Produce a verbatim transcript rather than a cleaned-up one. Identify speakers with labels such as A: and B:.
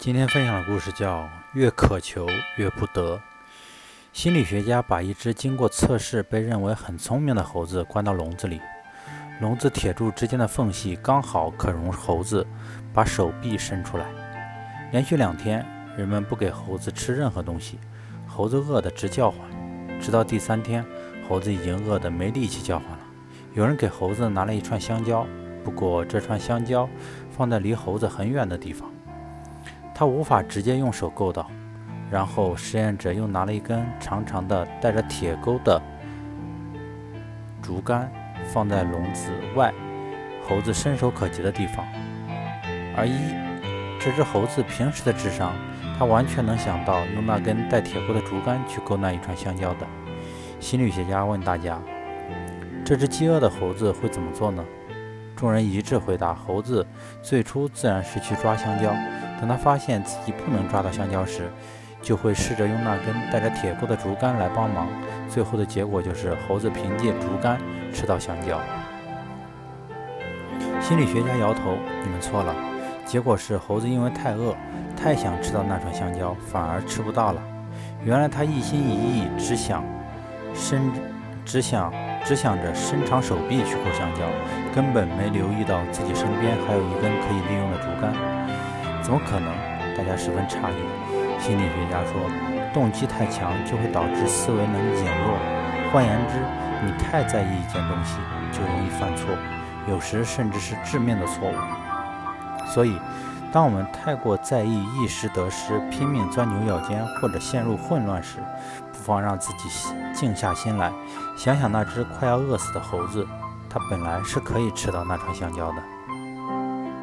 A: 今天分享的故事叫越渴求越不得。心理学家把一只经过测试被认为很聪明的猴子关到笼子里，笼子铁柱之间的缝隙刚好可容猴子把手臂伸出来。连续两天，人们不给猴子吃任何东西，猴子饿得直叫唤。直到第三天，猴子已经饿得没力气叫唤了。有人给猴子拿了一串香蕉，不过这串香蕉放在离猴子很远的地方，他无法直接用手够到。然后实验者又拿了一根长长的带着铁钩的竹竿放在笼子外猴子伸手可及的地方，而一这只猴子平时的智商，他完全能想到用那根带铁钩的竹竿去够那一串香蕉的。心理学家问大家，这只饥饿的猴子会怎么做呢？众人一致回答，猴子最初自然是去抓香蕉，等他发现自己不能抓到香蕉时，就会试着用那根带着铁钩的竹竿来帮忙。最后的结果就是猴子凭借竹竿吃到香蕉。心理学家摇头，你们错了，结果是猴子因为太饿，太想吃到那串香蕉，反而吃不到了。原来他一心一意只想伸只想只想着伸长手臂去够香蕉，根本没留意到自己身边还有一根可以利用的竹竿。怎么可能？大家十分诧异。心理学家说，动机太强就会导致思维能力减弱。换言之，你太在意一件东西，就容易犯错，有时甚至是致命的错误。所以，当我们太过在意一时得失，拼命钻牛角尖或者陷入混乱时，不妨让自己静下心来，想想那只快要饿死的猴子，它本来是可以吃到那串香蕉的。